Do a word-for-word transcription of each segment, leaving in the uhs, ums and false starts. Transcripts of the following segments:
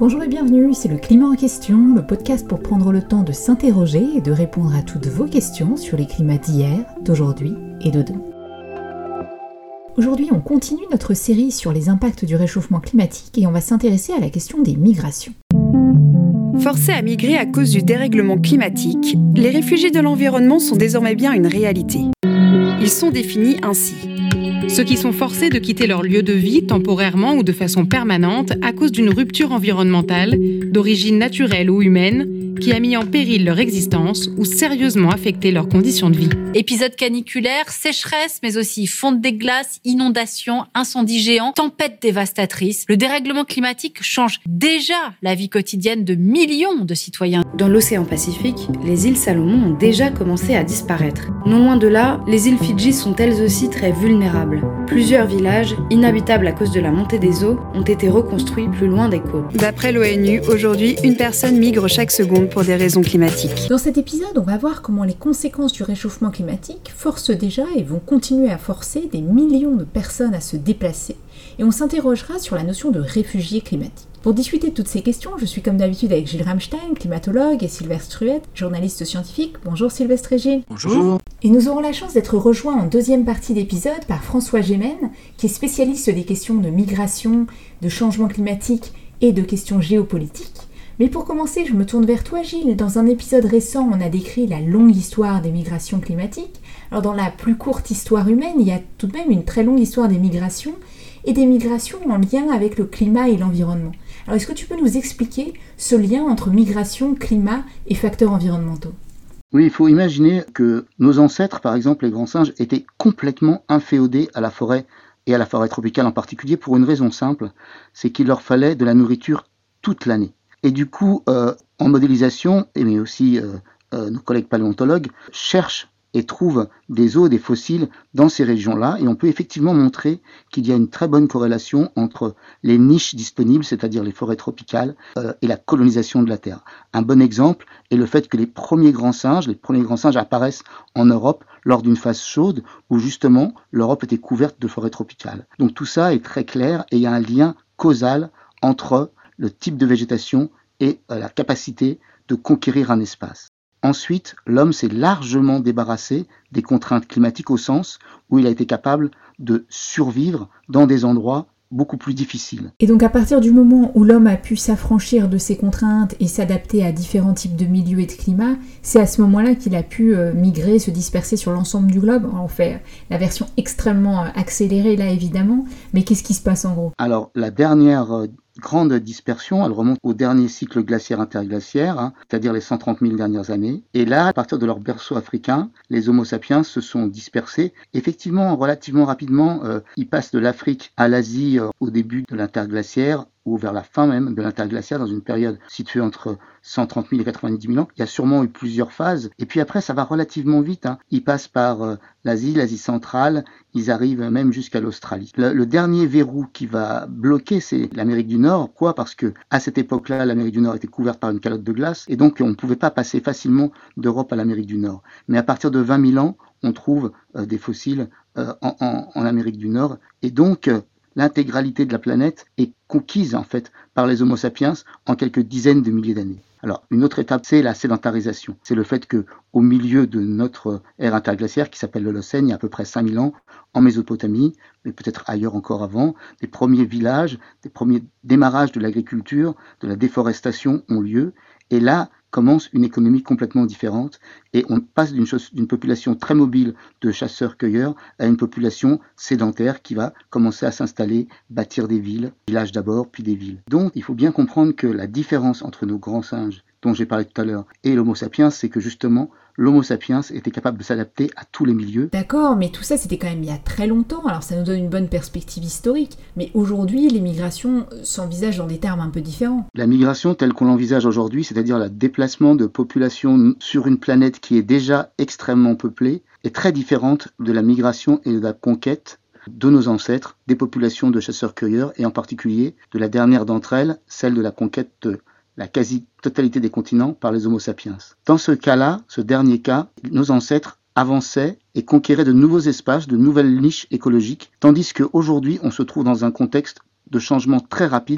Bonjour et bienvenue, c'est le Climat en question, le podcast pour prendre le temps de s'interroger et de répondre à toutes vos questions sur les climats d'hier, d'aujourd'hui et de demain. Aujourd'hui, on continue notre série sur les impacts du réchauffement climatique et on va s'intéresser à la question des migrations. Forcés à migrer à cause du dérèglement climatique, les réfugiés de l'environnement sont désormais bien une réalité. Ils sont définis ainsi. Ceux qui sont forcés de quitter leur lieu de vie temporairement ou de façon permanente à cause d'une rupture environnementale, d'origine naturelle ou humaine, qui a mis en péril leur existence ou sérieusement affecté leurs conditions de vie. Épisodes caniculaires, sécheresse, mais aussi fonte des glaces, inondations, incendies géants, tempêtes dévastatrices. Le dérèglement climatique change déjà la vie quotidienne de millions de citoyens. Dans l'océan Pacifique, les îles Salomon ont déjà commencé à disparaître. Non loin de là, les îles Fidji sont elles aussi très vulnérables. Plusieurs villages, inhabitables à cause de la montée des eaux, ont été reconstruits plus loin des côtes. D'après l'ONU, aujourd'hui, une personne migre chaque seconde pour des raisons climatiques. Dans cet épisode, on va voir comment les conséquences du réchauffement climatique forcent déjà et vont continuer à forcer des millions de personnes à se déplacer. Et on s'interrogera sur la notion de réfugiés climatiques. Pour discuter de toutes ces questions, je suis comme d'habitude avec Gilles Ramstein, climatologue, et Sylvestre Truette, journaliste scientifique. Bonjour Sylvestre et Gilles. Bonjour. Et nous aurons la chance d'être rejoints en deuxième partie d'épisode par François Gémen, qui est spécialiste des questions de migration, de changement climatique et de questions géopolitiques. Mais pour commencer, je me tourne vers toi Gilles. Dans un épisode récent, on a décrit la longue histoire des migrations climatiques. Alors dans la plus courte histoire humaine, il y a tout de même une très longue histoire des migrations, et des migrations en lien avec le climat et l'environnement. Alors est-ce que tu peux nous expliquer ce lien entre migration, climat et facteurs environnementaux ? Oui, il faut imaginer que nos ancêtres, par exemple les grands singes, étaient complètement inféodés à la forêt et à la forêt tropicale en particulier pour une raison simple, c'est qu'il leur fallait de la nourriture toute l'année. Et du coup, euh, en modélisation, et mais aussi euh, euh, nos collègues paléontologues cherchent et trouvent des os, des fossiles dans ces régions-là, et on peut effectivement montrer qu'il y a une très bonne corrélation entre les niches disponibles, c'est-à-dire les forêts tropicales, euh, et la colonisation de la Terre. Un bon exemple est le fait que les premiers grands singes, les premiers grands singes apparaissent en Europe lors d'une phase chaude où justement l'Europe était couverte de forêts tropicales. Donc tout ça est très clair et il y a un lien causal entre le type de végétation et euh, la capacité de conquérir un espace. Ensuite, l'homme s'est largement débarrassé des contraintes climatiques au sens où il a été capable de survivre dans des endroits beaucoup plus difficiles. Et donc à partir du moment où l'homme a pu s'affranchir de ces contraintes et s'adapter à différents types de milieux et de climats, c'est à ce moment-là qu'il a pu euh, migrer, se disperser sur l'ensemble du globe. On fait la version extrêmement accélérée là évidemment, mais qu'est-ce qui se passe en gros ? Alors la dernière euh, grande dispersion, elle remonte au dernier cycle glaciaire-interglaciaire, hein, c'est-à-dire les cent trente mille dernières années. Et là, à partir de leur berceau africain, les Homo sapiens se sont dispersés. Effectivement, relativement rapidement, euh, ils passent de l'Afrique à l'Asie euh, au début de l'interglaciaire, ou vers la fin même de l'interglaciaire, dans une période située entre cent trente mille et quatre-vingt-dix mille ans. Il y a sûrement eu plusieurs phases. Et puis après, ça va relativement vite. Hein. Ils passent par euh, l'Asie, l'Asie centrale, ils arrivent même jusqu'à l'Australie. Le, le dernier verrou qui va bloquer, c'est l'Amérique du Nord. Pourquoi ? Parce que à cette époque-là, l'Amérique du Nord était couverte par une calotte de glace, et donc on ne pouvait pas passer facilement d'Europe à l'Amérique du Nord. Mais à partir de vingt mille ans, on trouve euh, des fossiles euh, en, en, en Amérique du Nord. Et donc, euh, l'intégralité de la planète est conquise en fait par les Homo sapiens en quelques dizaines de milliers d'années. Alors, une autre étape, c'est la sédentarisation. C'est le fait que, au milieu de notre ère interglaciaire, qui s'appelle l'Holocène, il y a à peu près cinq mille ans, en Mésopotamie, mais peut-être ailleurs encore avant, des premiers villages, des premiers démarrages de l'agriculture, de la déforestation ont lieu. Et là, commence une économie complètement différente et on passe d'une, chose, d'une population très mobile de chasseurs-cueilleurs à une population sédentaire qui va commencer à s'installer, bâtir des villes, villages d'abord, puis des villes. Donc il faut bien comprendre que la différence entre nos grands singes, dont j'ai parlé tout à l'heure, et l'Homo sapiens, c'est que justement l'Homo sapiens était capable de s'adapter à tous les milieux. D'accord, mais tout ça c'était quand même il y a très longtemps, alors ça nous donne une bonne perspective historique, mais aujourd'hui les migrations s'envisagent dans des termes un peu différents. La migration telle qu'on l'envisage aujourd'hui, c'est-à-dire le déplacement de populations sur une planète qui est déjà extrêmement peuplée, est très différente de la migration et de la conquête de nos ancêtres, des populations de chasseurs-cueilleurs, et en particulier de la dernière d'entre elles, celle de la conquête de la quasi-totalité des continents par les Homo sapiens. Dans ce cas-là, ce dernier cas, nos ancêtres avançaient et conquéraient de nouveaux espaces, de nouvelles niches écologiques, tandis qu'aujourd'hui, on se trouve dans un contexte de changement très rapide,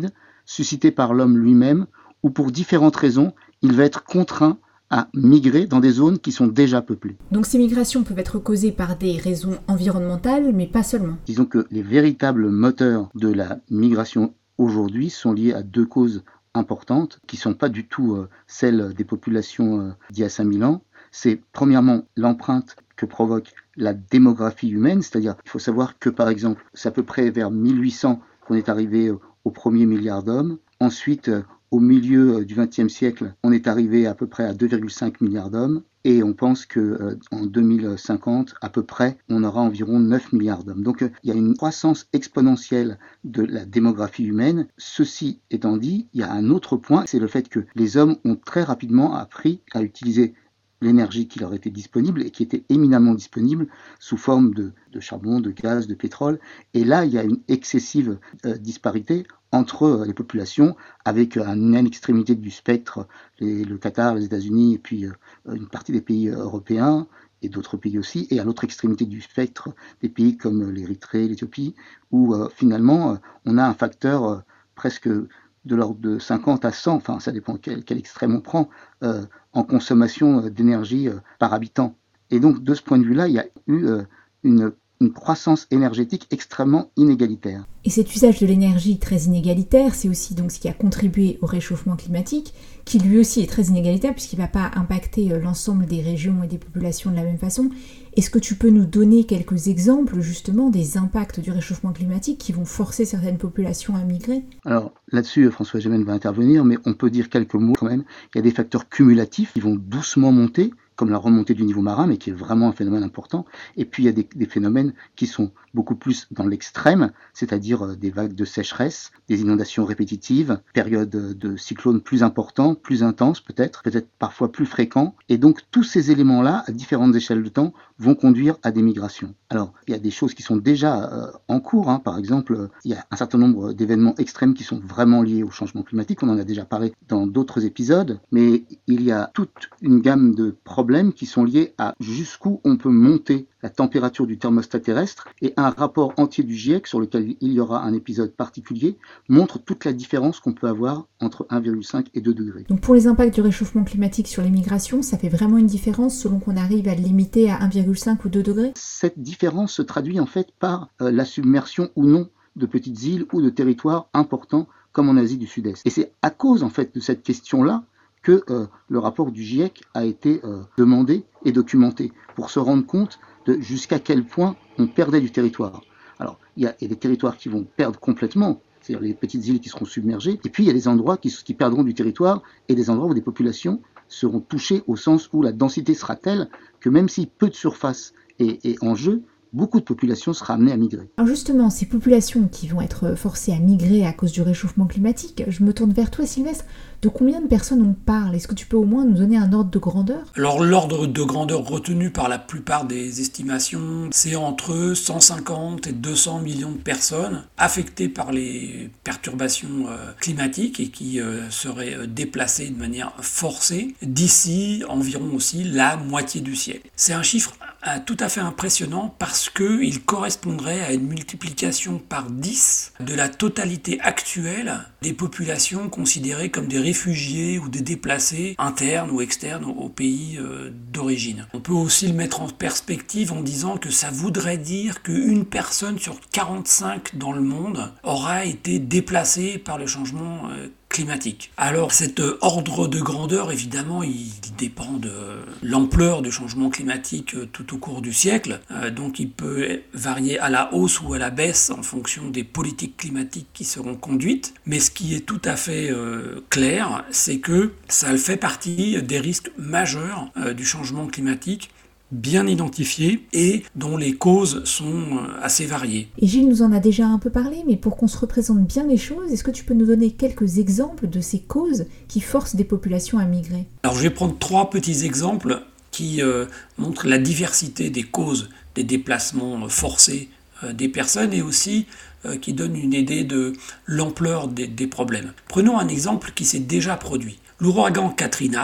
suscité par l'homme lui-même ou pour différentes raisons, il va être contraint à migrer dans des zones qui sont déjà peuplées. Donc ces migrations peuvent être causées par des raisons environnementales, mais pas seulement. Disons que les véritables moteurs de la migration aujourd'hui sont liés à deux causes importantes, qui ne sont pas du tout euh, celles des populations euh, d'il y a cinq mille ans. C'est premièrement l'empreinte que provoque la démographie humaine, c'est-à-dire il faut savoir que par exemple, c'est à peu près vers mille huit cents qu'on est arrivé au premier milliard d'hommes. Ensuite, au milieu du vingtième siècle, on est arrivé à peu près à deux virgule cinq milliards d'hommes. Et on pense qu'en euh, deux mille cinquante, à peu près, on aura environ neuf milliards d'hommes. Donc euh, il y a une croissance exponentielle de la démographie humaine. Ceci étant dit, il y a un autre point, c'est le fait que les hommes ont très rapidement appris à utiliser l'énergie qui leur était disponible et qui était éminemment disponible sous forme de, de charbon, de gaz, de pétrole. Et là, il y a une excessive euh, disparité entre euh, les populations, avec à une extrémité du spectre, les, le Qatar, les États-Unis et puis euh, une partie des pays européens et d'autres pays aussi, et à l'autre extrémité du spectre, des pays comme l'Érythrée, l'Éthiopie, où euh, finalement euh, on a un facteur euh, presque de l'ordre de cinquante à cent, enfin ça dépend quel, quel extrême on prend, euh, en consommation d'énergie euh, par habitant. Et donc de ce point de vue-là, il y a eu euh, une, une croissance énergétique extrêmement inégalitaire. Et cet usage de l'énergie très inégalitaire, c'est aussi donc ce qui a contribué au réchauffement climatique, qui lui aussi est très inégalitaire puisqu'il ne va pas impacter l'ensemble des régions et des populations de la même façon. Est-ce que tu peux nous donner quelques exemples justement des impacts du réchauffement climatique qui vont forcer certaines populations à migrer ? Alors là-dessus, François Gémen va intervenir, mais on peut dire quelques mots quand même. Il y a des facteurs cumulatifs qui vont doucement monter, comme la remontée du niveau marin, mais qui est vraiment un phénomène important. Et puis il y a des, des phénomènes qui sont beaucoup plus dans l'extrême, c'est-à-dire des vagues de sécheresse, des inondations répétitives, périodes de cyclones plus importants, plus intenses peut-être, peut-être parfois plus fréquents. Et donc tous ces éléments-là, à différentes échelles de temps, vont conduire à des migrations. Alors, il y a des choses qui sont déjà euh, en cours. Hein. Par exemple, il y a un certain nombre d'événements extrêmes qui sont vraiment liés au changement climatique. On en a déjà parlé dans d'autres épisodes. Mais il y a toute une gamme de problèmes qui sont liés à jusqu'où on peut monter la température du thermostat terrestre. Et un rapport entier du GIEC, sur lequel il y aura un épisode particulier, montre toute la différence qu'on peut avoir entre un virgule cinq et deux degrés. Donc pour les impacts du réchauffement climatique sur les migrations, ça fait vraiment une différence selon qu'on arrive à le limiter à un virgule cinq ou deux degrés ? Cette différence se traduit en fait par euh, la submersion ou non de petites îles ou de territoires importants comme en Asie du Sud-Est. Et c'est à cause en fait de cette question-là que euh, le rapport du GIEC a été euh, demandé et documenté pour se rendre compte de jusqu'à quel point on perdait du territoire. Alors, il y a, il y a des territoires qui vont perdre complètement, c'est-à-dire les petites îles qui seront submergées, et puis il y a des endroits qui, qui perdront du territoire et des endroits où des populations seront touchées au sens où la densité sera telle que même si peu de surface est, est en jeu, beaucoup de populations sera amenée à migrer. Alors justement, ces populations qui vont être forcées à migrer à cause du réchauffement climatique, je me tourne vers toi Sylvestre, de combien de personnes on parle ? Est-ce que tu peux au moins nous donner un ordre de grandeur ? Alors l'ordre de grandeur retenu par la plupart des estimations, c'est entre cent cinquante et deux cents millions de personnes affectées par les perturbations euh, climatiques et qui euh, seraient euh, déplacées de manière forcée d'ici environ aussi la moitié du siècle. C'est un chiffre euh, tout à fait impressionnant parce qu'il correspondrait à une multiplication par dix de la totalité actuelle des populations considérées comme des réfugiés ou des déplacés internes ou externes au pays euh, d'origine. On peut aussi le mettre en perspective en disant que ça voudrait dire qu'une personne sur quarante-cinq dans le monde aura été déplacée par le changement euh, climatique. Alors cet ordre de grandeur, évidemment, il dépend de l'ampleur du changement climatique tout au cours du siècle, euh, donc il peut varier à la hausse ou à la baisse en fonction des politiques climatiques qui seront conduites, mais ce qui est tout à fait euh, clair, c'est que ça fait partie des risques majeurs euh, du changement climatique, bien identifiés et dont les causes sont assez variées. Et Gilles nous en a déjà un peu parlé, mais pour qu'on se représente bien les choses, est-ce que tu peux nous donner quelques exemples de ces causes qui forcent des populations à migrer ? Alors je vais prendre trois petits exemples qui euh, montrent la diversité des causes des déplacements forcés euh, des personnes et aussi euh, qui donnent une idée de l'ampleur des, des problèmes. Prenons un exemple qui s'est déjà produit. L'ouragan Katrina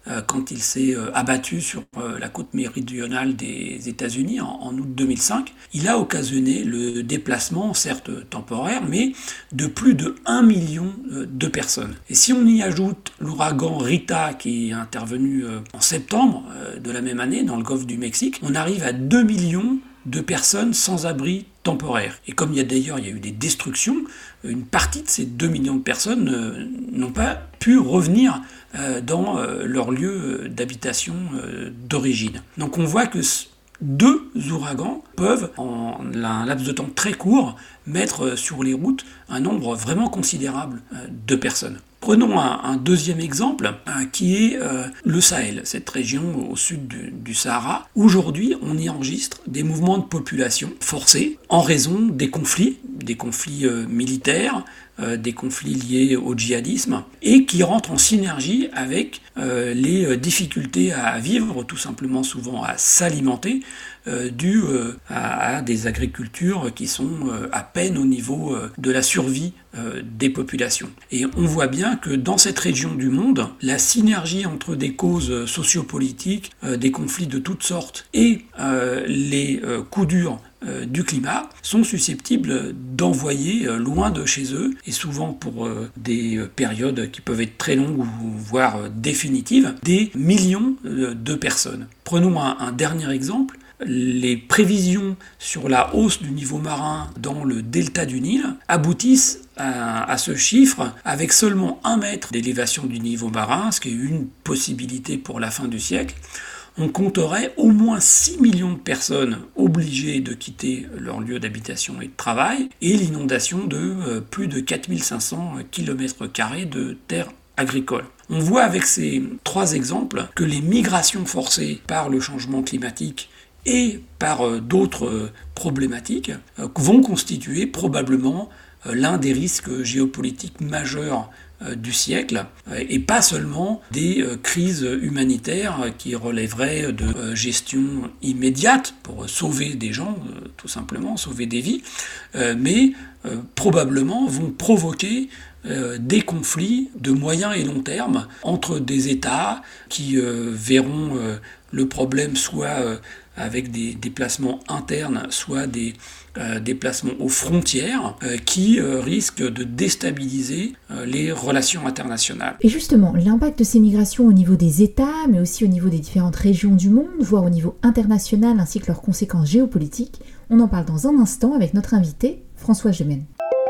euh, quand il s'est euh, abattu sur euh, la côte méridionale des États-Unis en, en août deux mille cinq. Il a occasionné le déplacement, certes temporaire, mais de plus de un million euh, de personnes. Et si on y ajoute l'ouragan Rita qui est intervenu euh, en septembre euh, de la même année dans le golfe du Mexique, on arrive à deux millions de personnes sans abri temporaire. Et comme il y a d'ailleurs il y a eu des destructions, une partie de ces deux millions de personnes euh, n'ont pas pu revenir euh, dans euh, leur lieu d'habitation euh, d'origine. Donc on voit que deux ouragans peuvent, en un laps de temps très court, mettre sur les routes un nombre vraiment considérable de personnes. Prenons un, un deuxième exemple euh, qui est euh, le Sahel, cette région au sud du, du Sahara. Aujourd'hui, on y enregistre des mouvements de population forcés en raison des conflits, des conflits euh, militaires, euh, des conflits liés au djihadisme, et qui rentrent en synergie avec euh, les difficultés à vivre, tout simplement souvent à s'alimenter, euh, dues euh, à, à des agricultures qui sont euh, à peine au niveau euh, de la survie euh, des populations. Et on voit bien que dans cette région du monde, la synergie entre des causes sociopolitiques, euh, des conflits de toutes sortes et euh, les euh, coups durs euh, du climat sont susceptibles d'envoyer euh, loin de chez eux, et souvent pour euh, des périodes qui peuvent être très longues ou voire euh, définitives, des millions euh, de personnes. Prenons un, un dernier exemple. Les prévisions sur la hausse du niveau marin dans le delta du Nil aboutissent à, à ce chiffre avec seulement un mètre d'élévation du niveau marin, ce qui est une possibilité pour la fin du siècle. On compterait au moins six millions de personnes obligées de quitter leur lieu d'habitation et de travail, et l'inondation de euh, plus de quatre mille cinq cents kilomètres carrés de terres agricoles. On voit avec ces trois exemples que les migrations forcées par le changement climatique et par d'autres problématiques vont constituer probablement l'un des risques géopolitiques majeurs du siècle, et pas seulement des crises humanitaires qui relèveraient de gestion immédiate pour sauver des gens, tout simplement, sauver des vies, mais probablement vont provoquer des conflits de moyen et long terme entre des États qui verront le problème soit avec des déplacements internes, soit des euh, déplacements aux frontières, euh, qui euh, risquent de déstabiliser euh, les relations internationales. Et justement, l'impact de ces migrations au niveau des États, mais aussi au niveau des différentes régions du monde, voire au niveau international, ainsi que leurs conséquences géopolitiques, on en parle dans un instant avec notre invité, François Gemène.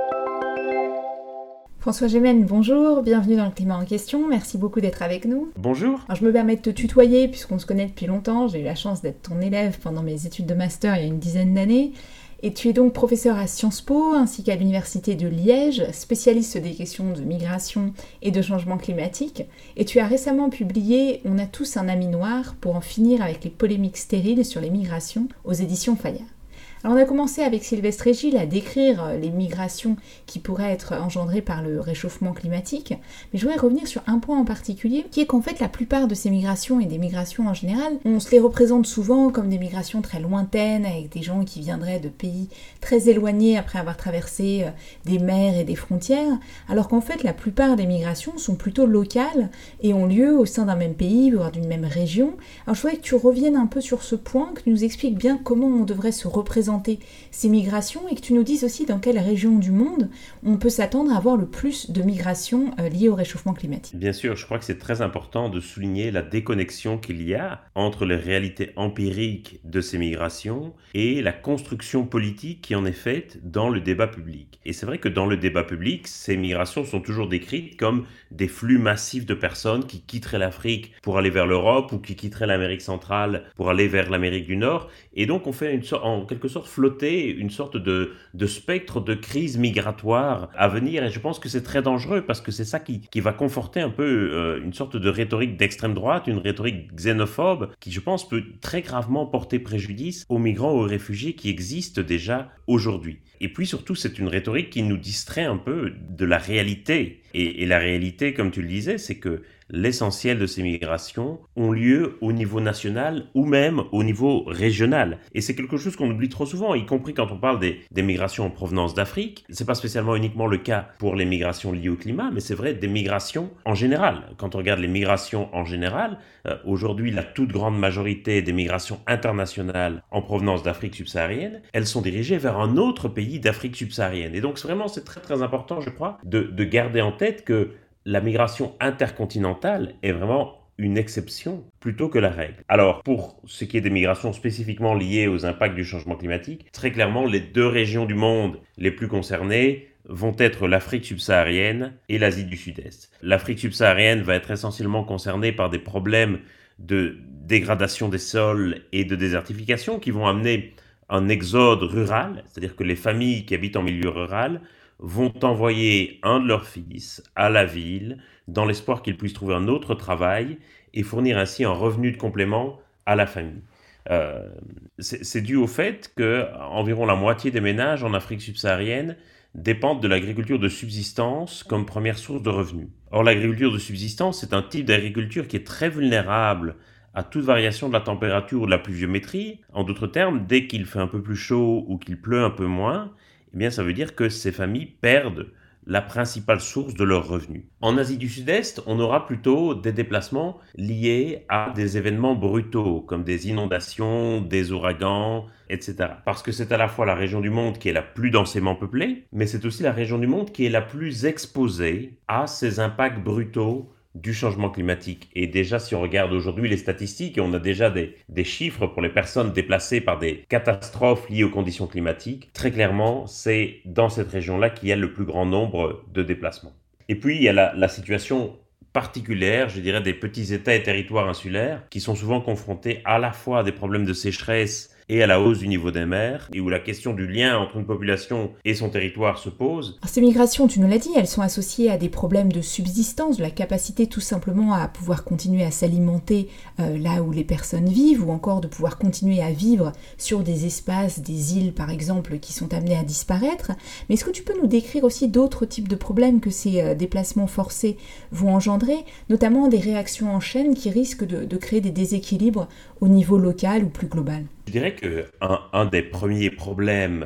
François Gemène, bonjour, bienvenue dans le Climat en question, merci beaucoup d'être avec nous. Bonjour. Alors, je me permets de te tutoyer puisqu'on se connaît depuis longtemps, j'ai eu la chance d'être ton élève pendant mes études de master il y a une dizaine d'années, et tu es donc professeur à Sciences Po ainsi qu'à l'Université de Liège, spécialiste des questions de migration et de changement climatique, et tu as récemment publié « On a tous un ami noir pour en finir avec les polémiques stériles sur les migrations » aux éditions Fayard. Alors on a commencé avec Sylvestre et Gilles à décrire les migrations qui pourraient être engendrées par le réchauffement climatique, mais je voudrais revenir sur un point en particulier, qui est qu'en fait la plupart de ces migrations et des migrations en général, on se les représente souvent comme des migrations très lointaines, avec des gens qui viendraient de pays très éloignés après avoir traversé des mers et des frontières, alors qu'en fait la plupart des migrations sont plutôt locales et ont lieu au sein d'un même pays, voire d'une même région. Alors je voudrais que tu reviennes un peu sur ce point, que tu nous expliques bien comment on devrait se représenter ces migrations, et que tu nous dises aussi dans quelle région du monde on peut s'attendre à avoir le plus de migrations euh, liées au réchauffement climatique. Bien sûr, je crois que c'est très important de souligner la déconnexion qu'il y a entre les réalités empiriques de ces migrations et la construction politique qui en est faite dans le débat public. Et c'est vrai que dans le débat public, ces migrations sont toujours décrites comme des flux massifs de personnes qui quitteraient l'Afrique pour aller vers l'Europe ou qui quitteraient l'Amérique centrale pour aller vers l'Amérique du Nord. Et donc on fait une sorte, en quelque sorte flotter une sorte de, de spectre de crise migratoire à venir, et je pense que c'est très dangereux parce que c'est ça qui, qui va conforter un peu euh, une sorte de rhétorique d'extrême droite, une rhétorique xénophobe qui, je pense, peut très gravement porter préjudice aux migrants, aux réfugiés qui existent déjà aujourd'hui. Et puis surtout, c'est une rhétorique qui nous distrait un peu de la réalité Et, et la réalité, comme tu le disais, c'est que l'essentiel de ces migrations ont lieu au niveau national ou même au niveau régional. Et c'est quelque chose qu'on oublie trop souvent, y compris quand on parle des, des migrations en provenance d'Afrique. C'est pas spécialement uniquement le cas pour les migrations liées au climat, mais c'est vrai des migrations en général. Quand on regarde les migrations en général, euh, aujourd'hui, la toute grande majorité des migrations internationales en provenance d'Afrique subsaharienne, elles sont dirigées vers un autre pays d'Afrique subsaharienne. Et donc, vraiment, c'est très très important, je crois, de, de garder en tête que la migration intercontinentale est vraiment une exception plutôt que la règle. Alors, pour ce qui est des migrations spécifiquement liées aux impacts du changement climatique, très clairement, les deux régions du monde les plus concernées vont être l'Afrique subsaharienne et l'Asie du Sud-Est. L'Afrique subsaharienne va être essentiellement concernée par des problèmes de dégradation des sols et de désertification qui vont amener un exode rural, c'est-à-dire que les familles qui habitent en milieu rural vont envoyer un de leurs fils à la ville dans l'espoir qu'il puisse trouver un autre travail et fournir ainsi un revenu de complément à la famille. Euh, c'est, c'est dû au fait qu'environ la moitié des ménages en Afrique subsaharienne dépendent de l'agriculture de subsistance comme première source de revenus. Or, l'agriculture de subsistance, c'est un type d'agriculture qui est très vulnérable à toute variation de la température ou de la pluviométrie. En d'autres termes, dès qu'il fait un peu plus chaud ou qu'il pleut un peu moins, eh bien, ça veut dire que ces familles perdent la principale source de leurs revenus. En Asie du Sud-Est, on aura plutôt des déplacements liés à des événements brutaux, comme des inondations, des ouragans, et cetera. Parce que c'est à la fois la région du monde qui est la plus densément peuplée, mais c'est aussi la région du monde qui est la plus exposée à ces impacts brutaux du changement climatique. Et déjà, si on regarde aujourd'hui les statistiques, et on a déjà des, des chiffres pour les personnes déplacées par des catastrophes liées aux conditions climatiques, très clairement, c'est dans cette région-là qu'il y a le plus grand nombre de déplacements. Et puis, il y a la, la situation particulière, je dirais, des petits États et territoires insulaires, qui sont souvent confrontés à la fois à des problèmes de sécheresse et à la hausse du niveau des mers, et où la question du lien entre une population et son territoire se pose. Ces migrations, tu nous l'as dit, elles sont associées à des problèmes de subsistance, de la capacité tout simplement à pouvoir continuer à s'alimenter euh, là où les personnes vivent, ou encore de pouvoir continuer à vivre sur des espaces, des îles par exemple, qui sont amenées à disparaître. Mais est-ce que tu peux nous décrire aussi d'autres types de problèmes que ces euh, déplacements forcés vont engendrer, notamment des réactions en chaîne qui risquent de, de créer des déséquilibres au niveau local ou plus global ? Je dirais qu'un un des premiers problèmes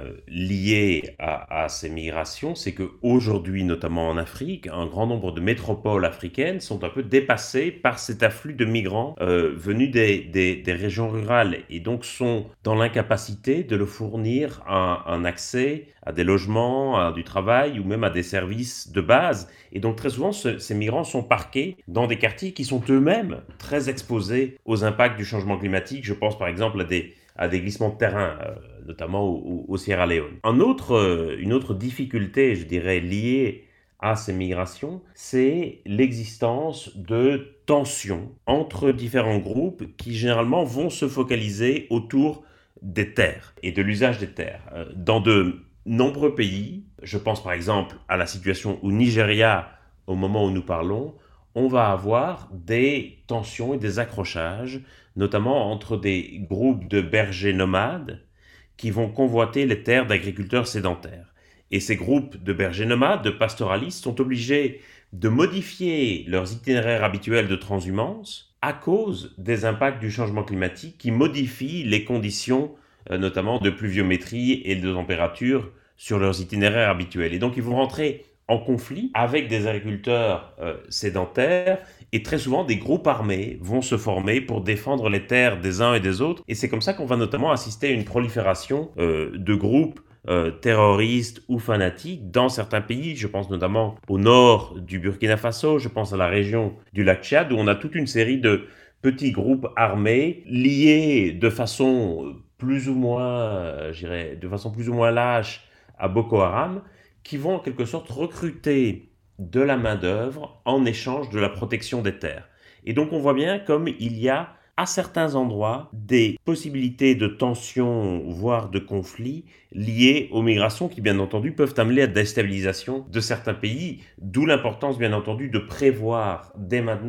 liés à, à ces migrations, c'est qu'aujourd'hui, notamment en Afrique, un grand nombre de métropoles africaines sont un peu dépassées par cet afflux de migrants euh, venus des, des, des régions rurales et donc sont dans l'incapacité de leur fournir un, un accès à des logements, à du travail ou même à des services de base. Et donc très souvent, ce, ces migrants sont parqués dans des quartiers qui sont eux-mêmes très exposés aux impacts du changement climatique. Je pense par exemple à des à des glissements de terrain, euh, notamment au, au Sierra Leone. Un autre, euh, une autre difficulté, je dirais, liée à ces migrations, c'est l'existence de tensions entre différents groupes qui généralement vont se focaliser autour des terres et de l'usage des terres. Euh, dans de nombreux pays, je pense par exemple à la situation au Nigeria au moment où nous parlons, on va avoir des tensions et des accrochages, notamment entre des groupes de bergers nomades qui vont convoiter les terres d'agriculteurs sédentaires. Et ces groupes de bergers nomades, de pastoralistes, sont obligés de modifier leurs itinéraires habituels de transhumance à cause des impacts du changement climatique qui modifient les conditions, euh, notamment de pluviométrie et de température sur leurs itinéraires habituels. Et donc ils vont rentrer en conflit avec des agriculteurs euh, sédentaires et très souvent des groupes armés vont se former pour défendre les terres des uns et des autres et c'est comme ça qu'on va notamment assister à une prolifération euh, de groupes euh, terroristes ou fanatiques dans certains pays. Je pense notamment au nord du Burkina Faso, je pense à la région du lac Tchad où on a toute une série de petits groupes armés liés de façon plus ou moins, euh, je dirais, de façon plus ou moins lâche à Boko Haram, qui vont en quelque sorte recruter de la main-d'œuvre en échange de la protection des terres. Et donc on voit bien comme il y a à certains endroits des possibilités de tensions, voire de conflits liés aux migrations qui bien entendu peuvent amener à la déstabilisation de certains pays, d'où l'importance bien entendu de prévoir dès maintenant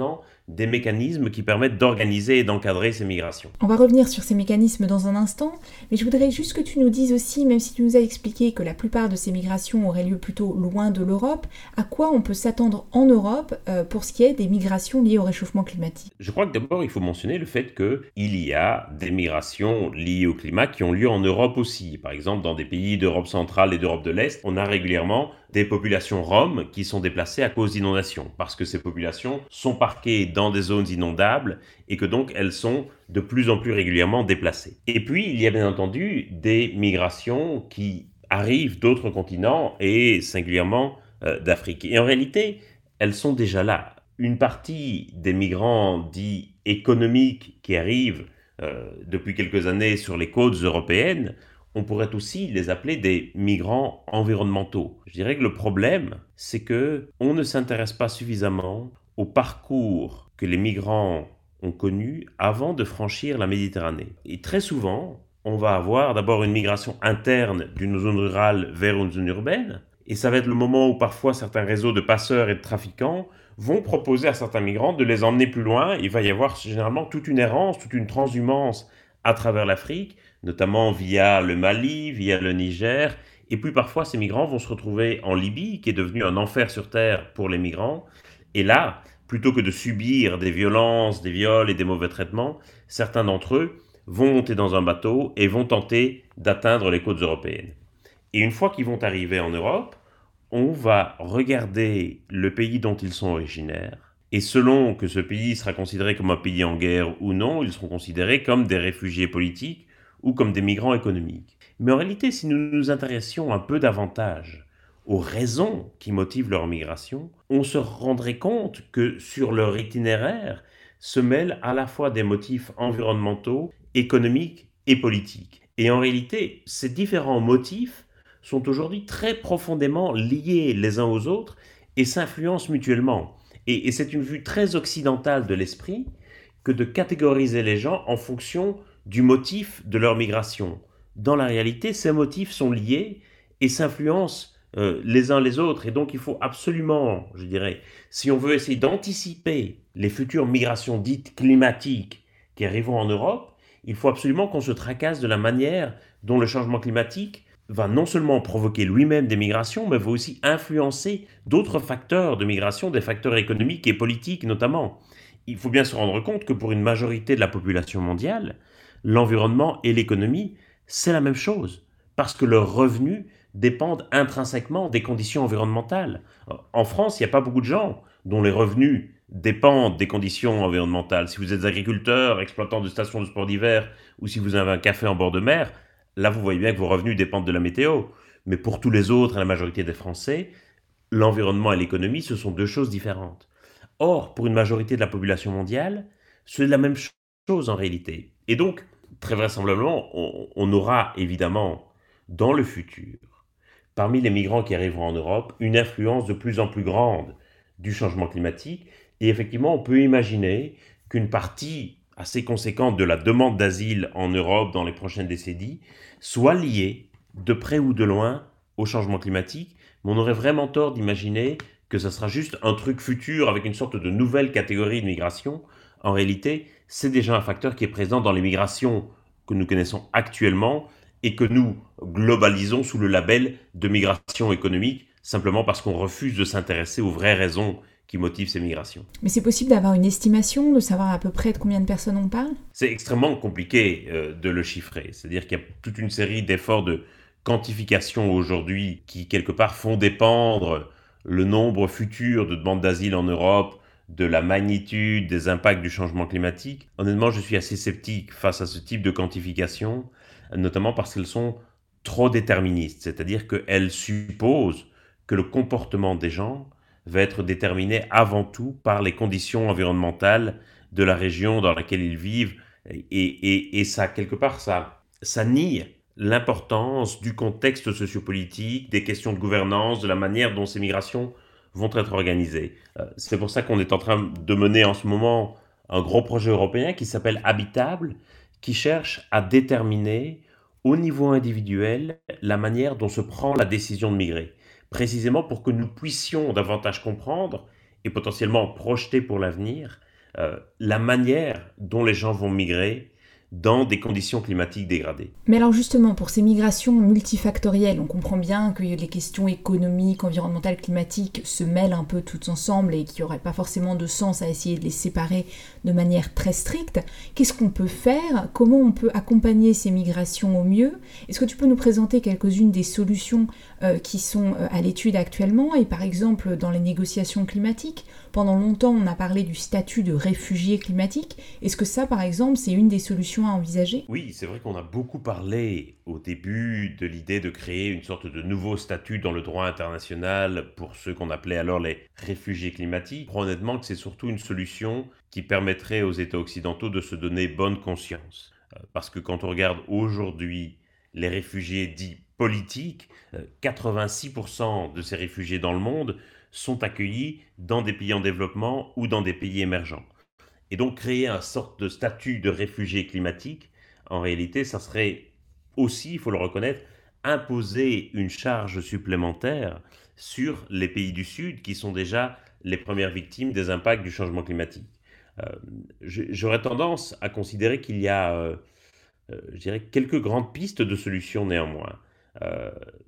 des mécanismes qui permettent d'organiser et d'encadrer ces migrations. On va revenir sur ces mécanismes dans un instant, mais je voudrais juste que tu nous dises aussi, même si tu nous as expliqué que la plupart de ces migrations auraient lieu plutôt loin de l'Europe, à quoi on peut s'attendre en Europe euh, pour ce qui est des migrations liées au réchauffement climatique? Je crois que d'abord il faut mentionner le fait qu'il y a des migrations liées au climat qui ont lieu en Europe aussi. Par exemple, dans des pays d'Europe centrale et d'Europe de l'Est, on a régulièrement des populations roms qui sont déplacées à cause d'inondations, parce que ces populations sont parquées dans des zones inondables et que donc elles sont de plus en plus régulièrement déplacées. Et puis, il y a bien entendu des migrations qui arrivent d'autres continents et singulièrement euh, d'Afrique. Et en réalité, elles sont déjà là. Une partie des migrants dits économiques qui arrivent euh, depuis quelques années sur les côtes européennes, on pourrait aussi les appeler des migrants environnementaux. Je dirais que le problème, c'est que on ne s'intéresse pas suffisamment au parcours que les migrants ont connu avant de franchir la Méditerranée. Et très souvent, on va avoir d'abord une migration interne d'une zone rurale vers une zone urbaine, et ça va être le moment où parfois certains réseaux de passeurs et de trafiquants vont proposer à certains migrants de les emmener plus loin. Il va y avoir généralement toute une errance, toute une transhumance à travers l'Afrique, notamment via le Mali, via le Niger, et puis parfois ces migrants vont se retrouver en Libye, qui est devenu un enfer sur terre pour les migrants, et là, plutôt que de subir des violences, des viols et des mauvais traitements, certains d'entre eux vont monter dans un bateau et vont tenter d'atteindre les côtes européennes. Et une fois qu'ils vont arriver en Europe, on va regarder le pays dont ils sont originaires, et selon que ce pays sera considéré comme un pays en guerre ou non, ils seront considérés comme des réfugiés politiques ou comme des migrants économiques. Mais en réalité, si nous nous intéressions un peu davantage aux raisons qui motivent leur migration, on se rendrait compte que sur leur itinéraire se mêlent à la fois des motifs environnementaux, économiques et politiques. Et en réalité, ces différents motifs sont aujourd'hui très profondément liés les uns aux autres et s'influencent mutuellement. Et, et c'est une vue très occidentale de l'esprit que de catégoriser les gens en fonction du motif de leur migration. Dans la réalité, ces motifs sont liés et s'influencent euh, les uns les autres. Et donc, il faut absolument, je dirais, si on veut essayer d'anticiper les futures migrations dites climatiques qui arriveront en Europe, il faut absolument qu'on se tracasse de la manière dont le changement climatique va non seulement provoquer lui-même des migrations, mais va aussi influencer d'autres facteurs de migration, des facteurs économiques et politiques notamment. Il faut bien se rendre compte que pour une majorité de la population mondiale, l'environnement et l'économie, c'est la même chose, parce que leurs revenus dépendent intrinsèquement des conditions environnementales. En France, il n'y a pas beaucoup de gens dont les revenus dépendent des conditions environnementales. Si vous êtes agriculteur, exploitant de stations de sport d'hiver, ou si vous avez un café en bord de mer, là vous voyez bien que vos revenus dépendent de la météo. Mais pour tous les autres, et la majorité des Français, l'environnement et l'économie, ce sont deux choses différentes. Or, pour une majorité de la population mondiale, c'est la même chose en réalité. Et donc, très vraisemblablement, on, on aura évidemment, dans le futur, parmi les migrants qui arriveront en Europe, une influence de plus en plus grande du changement climatique. Et effectivement, on peut imaginer qu'une partie assez conséquente de la demande d'asile en Europe dans les prochaines décennies soit liée, de près ou de loin, au changement climatique. Mais on aurait vraiment tort d'imaginer que ça sera juste un truc futur avec une sorte de nouvelle catégorie de migration. En réalité, c'est déjà un facteur qui est présent dans les migrations que nous connaissons actuellement et que nous globalisons sous le label de migration économique, simplement parce qu'on refuse de s'intéresser aux vraies raisons qui motivent ces migrations. Mais c'est possible d'avoir une estimation, de savoir à peu près de combien de personnes on parle ? C'est extrêmement compliqué euh, de le chiffrer. C'est-à-dire qu'il y a toute une série d'efforts de quantification aujourd'hui qui, quelque part, font dépendre le nombre futur de demandes d'asile en Europe de la magnitude des impacts du changement climatique. Honnêtement, je suis assez sceptique face à ce type de quantification, notamment parce qu'elles sont trop déterministes, c'est-à-dire qu'elles supposent que le comportement des gens va être déterminé avant tout par les conditions environnementales de la région dans laquelle ils vivent, et, et, et ça, quelque part, ça, ça nie l'importance du contexte sociopolitique, des questions de gouvernance, de la manière dont ces migrations vont être organisées. C'est pour ça qu'on est en train de mener en ce moment un gros projet européen qui s'appelle Habitable, qui cherche à déterminer au niveau individuel la manière dont se prend la décision de migrer, précisément pour que nous puissions davantage comprendre et potentiellement projeter pour l'avenir euh, la manière dont les gens vont migrer dans des conditions climatiques dégradées. Mais alors justement, pour ces migrations multifactorielles, on comprend bien que les questions économiques, environnementales, climatiques se mêlent un peu toutes ensemble et qu'il n'y aurait pas forcément de sens à essayer de les séparer de manière très stricte. Qu'est-ce qu'on peut faire ? Comment on peut accompagner ces migrations au mieux ? Est-ce que tu peux nous présenter quelques-unes des solutions euh, qui sont euh, à l'étude actuellement ? Et par exemple, dans les négociations climatiques, pendant longtemps, on a parlé du statut de réfugié climatique. Est-ce que ça, par exemple, c'est une des solutions à envisager ? Oui, c'est vrai qu'on a beaucoup parlé au début de l'idée de créer une sorte de nouveau statut dans le droit international pour ceux qu'on appelait alors les réfugiés climatiques. Je crois honnêtement que c'est surtout une solution qui permettrait aux États occidentaux de se donner bonne conscience. Parce que quand on regarde aujourd'hui les réfugiés dits politiques, quatre-vingt-six pour cent de ces réfugiés dans le monde sont accueillis dans des pays en développement ou dans des pays émergents. Et donc créer un sorte de statut de réfugié climatique, en réalité, ça serait aussi, il faut le reconnaître, imposer une charge supplémentaire sur les pays du Sud qui sont déjà les premières victimes des impacts du changement climatique. Euh, j'aurais tendance à considérer qu'il y a, euh, euh, je dirais, quelques grandes pistes de solutions néanmoins. Euh,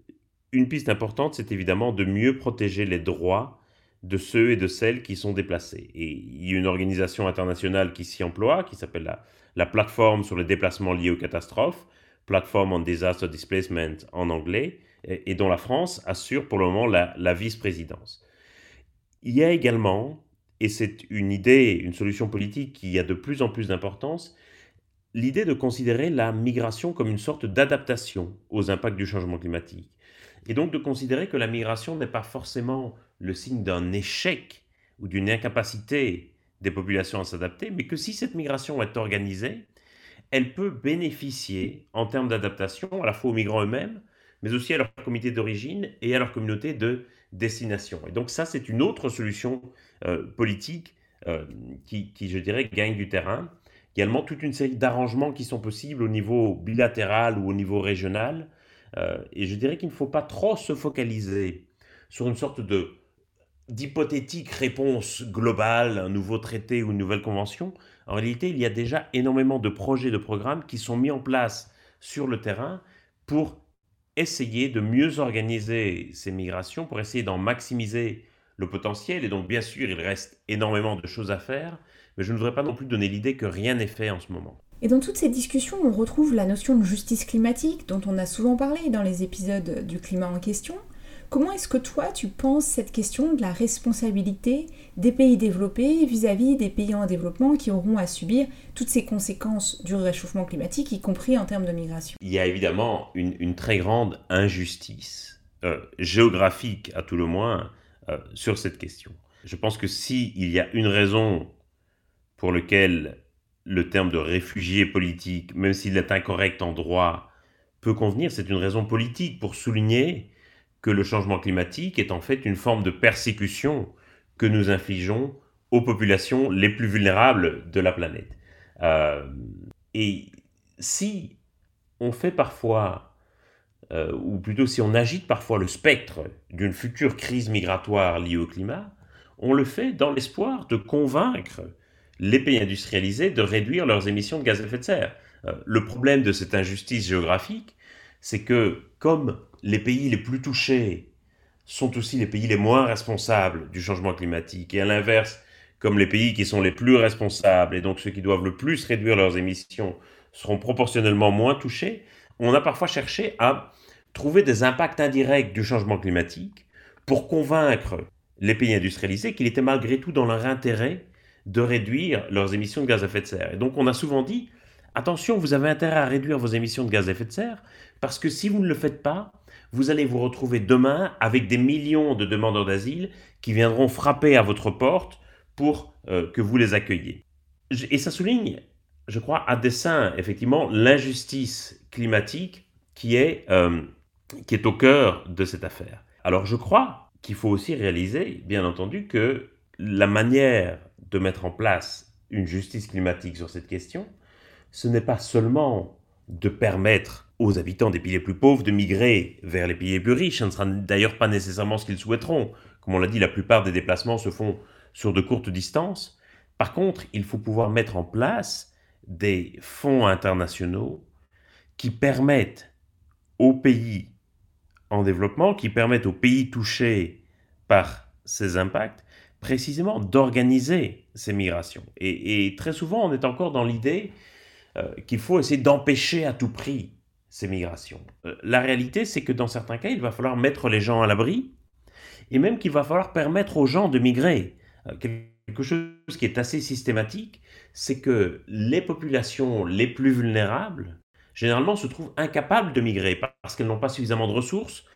une piste importante, c'est évidemment de mieux protéger les droits de ceux et de celles qui sont déplacés. Et il y a une organisation internationale qui s'y emploie, qui s'appelle la, la plateforme sur les déplacements liés aux catastrophes, Platform on Disaster Displacement en anglais, et, et dont la France assure pour le moment la, la vice-présidence. Il y a également, et c'est une idée, une solution politique qui a de plus en plus d'importance, l'idée de considérer la migration comme une sorte d'adaptation aux impacts du changement climatique. Et donc de considérer que la migration n'est pas forcément le signe d'un échec ou d'une incapacité des populations à s'adapter, mais que si cette migration est organisée, elle peut bénéficier en termes d'adaptation à la fois aux migrants eux-mêmes, mais aussi à leur comité d'origine et à leur communauté de destination. Et donc ça, c'est une autre solution euh, politique euh, qui, qui, je dirais, gagne du terrain. Il y a également toute une série d'arrangements qui sont possibles au niveau bilatéral ou au niveau régional. Euh, et je dirais qu'il ne faut pas trop se focaliser sur une sorte de, d'hypothétique réponse globale, un nouveau traité ou une nouvelle convention. En réalité, il y a déjà énormément de projets, de programmes qui sont mis en place sur le terrain pour essayer de mieux organiser ces migrations, pour essayer d'en maximiser le potentiel. Et donc, bien sûr, il reste énormément de choses à faire, mais je ne voudrais pas non plus donner l'idée que rien n'est fait en ce moment. Et dans toutes ces discussions, on retrouve la notion de justice climatique, dont on a souvent parlé dans les épisodes du climat en question. Comment est-ce que toi, tu penses cette question de la responsabilité des pays développés vis-à-vis des pays en développement qui auront à subir toutes ces conséquences du réchauffement climatique, y compris en termes de migration ? Il y a évidemment une, une très grande injustice, euh, géographique à tout le moins, euh, sur cette question. Je pense que s'il y a une raison pour laquelle le terme de réfugié politique, même s'il est incorrect en droit, peut convenir, c'est une raison politique pour souligner que le changement climatique est en fait une forme de persécution que nous infligeons aux populations les plus vulnérables de la planète. Euh, et si on fait parfois, euh, ou plutôt si on agite parfois le spectre d'une future crise migratoire liée au climat, on le fait dans l'espoir de convaincre les pays industrialisés de réduire leurs émissions de gaz à effet de serre. Euh, le problème de cette injustice géographique, c'est que comme les pays les plus touchés sont aussi les pays les moins responsables du changement climatique, et à l'inverse, comme les pays qui sont les plus responsables, et donc ceux qui doivent le plus réduire leurs émissions, seront proportionnellement moins touchés, on a parfois cherché à trouver des impacts indirects du changement climatique pour convaincre les pays industrialisés qu'il était malgré tout dans leur intérêt de réduire leurs émissions de gaz à effet de serre. Et donc on a souvent dit, attention, vous avez intérêt à réduire vos émissions de gaz à effet de serre, parce que si vous ne le faites pas, vous allez vous retrouver demain avec des millions de demandeurs d'asile qui viendront frapper à votre porte pour euh, que vous les accueilliez. Et ça souligne, je crois, à dessein, effectivement, l'injustice climatique qui est, euh, qui est au cœur de cette affaire. Alors je crois qu'il faut aussi réaliser, bien entendu, que la manière de mettre en place une justice climatique sur cette question, ce n'est pas seulement de permettre aux habitants des pays les plus pauvres de migrer vers les pays les plus riches. Ce ne sera d'ailleurs pas nécessairement ce qu'ils souhaiteront. Comme on l'a dit, la plupart des déplacements se font sur de courtes distances. Par contre, il faut pouvoir mettre en place des fonds internationaux qui permettent aux pays en développement, qui permettent aux pays touchés par ces impacts, précisément d'organiser ces migrations. Et, et très souvent, on est encore dans l'idée euh, qu'il faut essayer d'empêcher à tout prix ces migrations. Euh, la réalité, c'est que dans certains cas, il va falloir mettre les gens à l'abri, et même qu'il va falloir permettre aux gens de migrer. Euh, quelque chose qui est assez systématique, c'est que les populations les plus vulnérables, généralement, se trouvent incapables de migrer parce qu'elles n'ont pas suffisamment de ressources,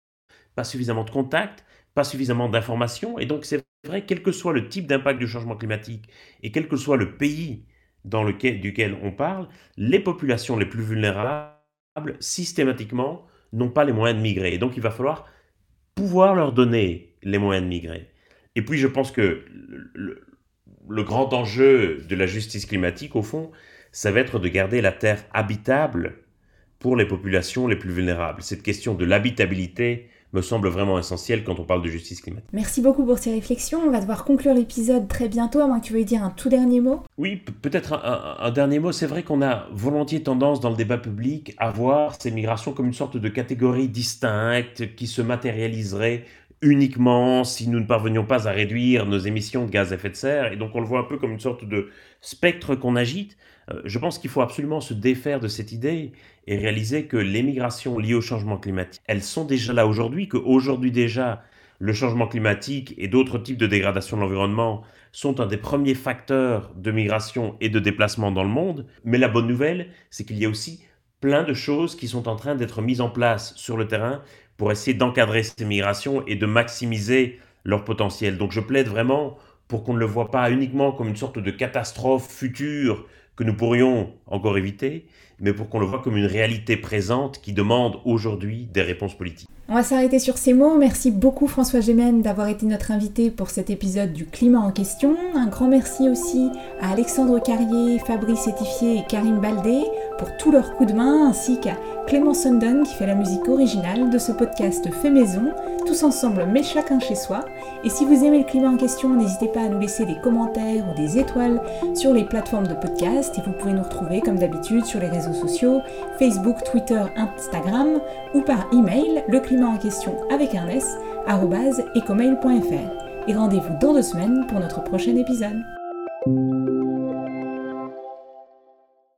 pas suffisamment de contacts, pas suffisamment d'informations. Et donc, c'est vrai, quel que soit le type d'impact du changement climatique et quel que soit le pays dans lequel, duquel on parle, les populations les plus vulnérables, systématiquement, n'ont pas les moyens de migrer. Et donc, il va falloir pouvoir leur donner les moyens de migrer. Et puis, je pense que le, le grand enjeu de la justice climatique, au fond, ça va être de garder la Terre habitable pour les populations les plus vulnérables. Cette question de l'habitabilité me semble vraiment essentielle quand on parle de justice climatique. Merci beaucoup pour ces réflexions. On va devoir conclure l'épisode très bientôt, à moins que tu veuilles dire un tout dernier mot. Oui, p- peut-être un, un, un dernier mot. C'est vrai qu'on a volontiers tendance dans le débat public à voir ces migrations comme une sorte de catégorie distincte qui se matérialiserait uniquement si nous ne parvenions pas à réduire nos émissions de gaz à effet de serre. Et donc on le voit un peu comme une sorte de spectre qu'on agite. Euh, je pense qu'il faut absolument se défaire de cette idée et réaliser que les migrations liées au changement climatique, elles sont déjà là aujourd'hui, qu'aujourd'hui déjà, le changement climatique et d'autres types de dégradation de l'environnement sont un des premiers facteurs de migration et de déplacement dans le monde. Mais la bonne nouvelle, c'est qu'il y a aussi plein de choses qui sont en train d'être mises en place sur le terrain pour essayer d'encadrer ces migrations et de maximiser leur potentiel. Donc je plaide vraiment pour qu'on ne le voit pas uniquement comme une sorte de catastrophe future que nous pourrions encore éviter, mais pour qu'on le voit comme une réalité présente qui demande aujourd'hui des réponses politiques. On va s'arrêter sur ces mots. Merci beaucoup François Gémen d'avoir été notre invité pour cet épisode du climat en question. Un grand merci aussi à Alexandre Carrier, Fabrice Étifier et Karim Baldé pour tout leur coup de main, ainsi qu'à Clément Sundon qui fait la musique originale de ce podcast fait maison, tous ensemble mais chacun chez soi. Et si vous aimez le climat en question, n'hésitez pas à nous laisser des commentaires ou des étoiles sur les plateformes de podcast, et vous pouvez nous retrouver comme d'habitude sur les réseaux sociaux, Facebook, Twitter, Instagram, ou par email, le climat en question avec un S, arobase ecomail point fr. Et rendez-vous dans deux semaines pour notre prochain épisode.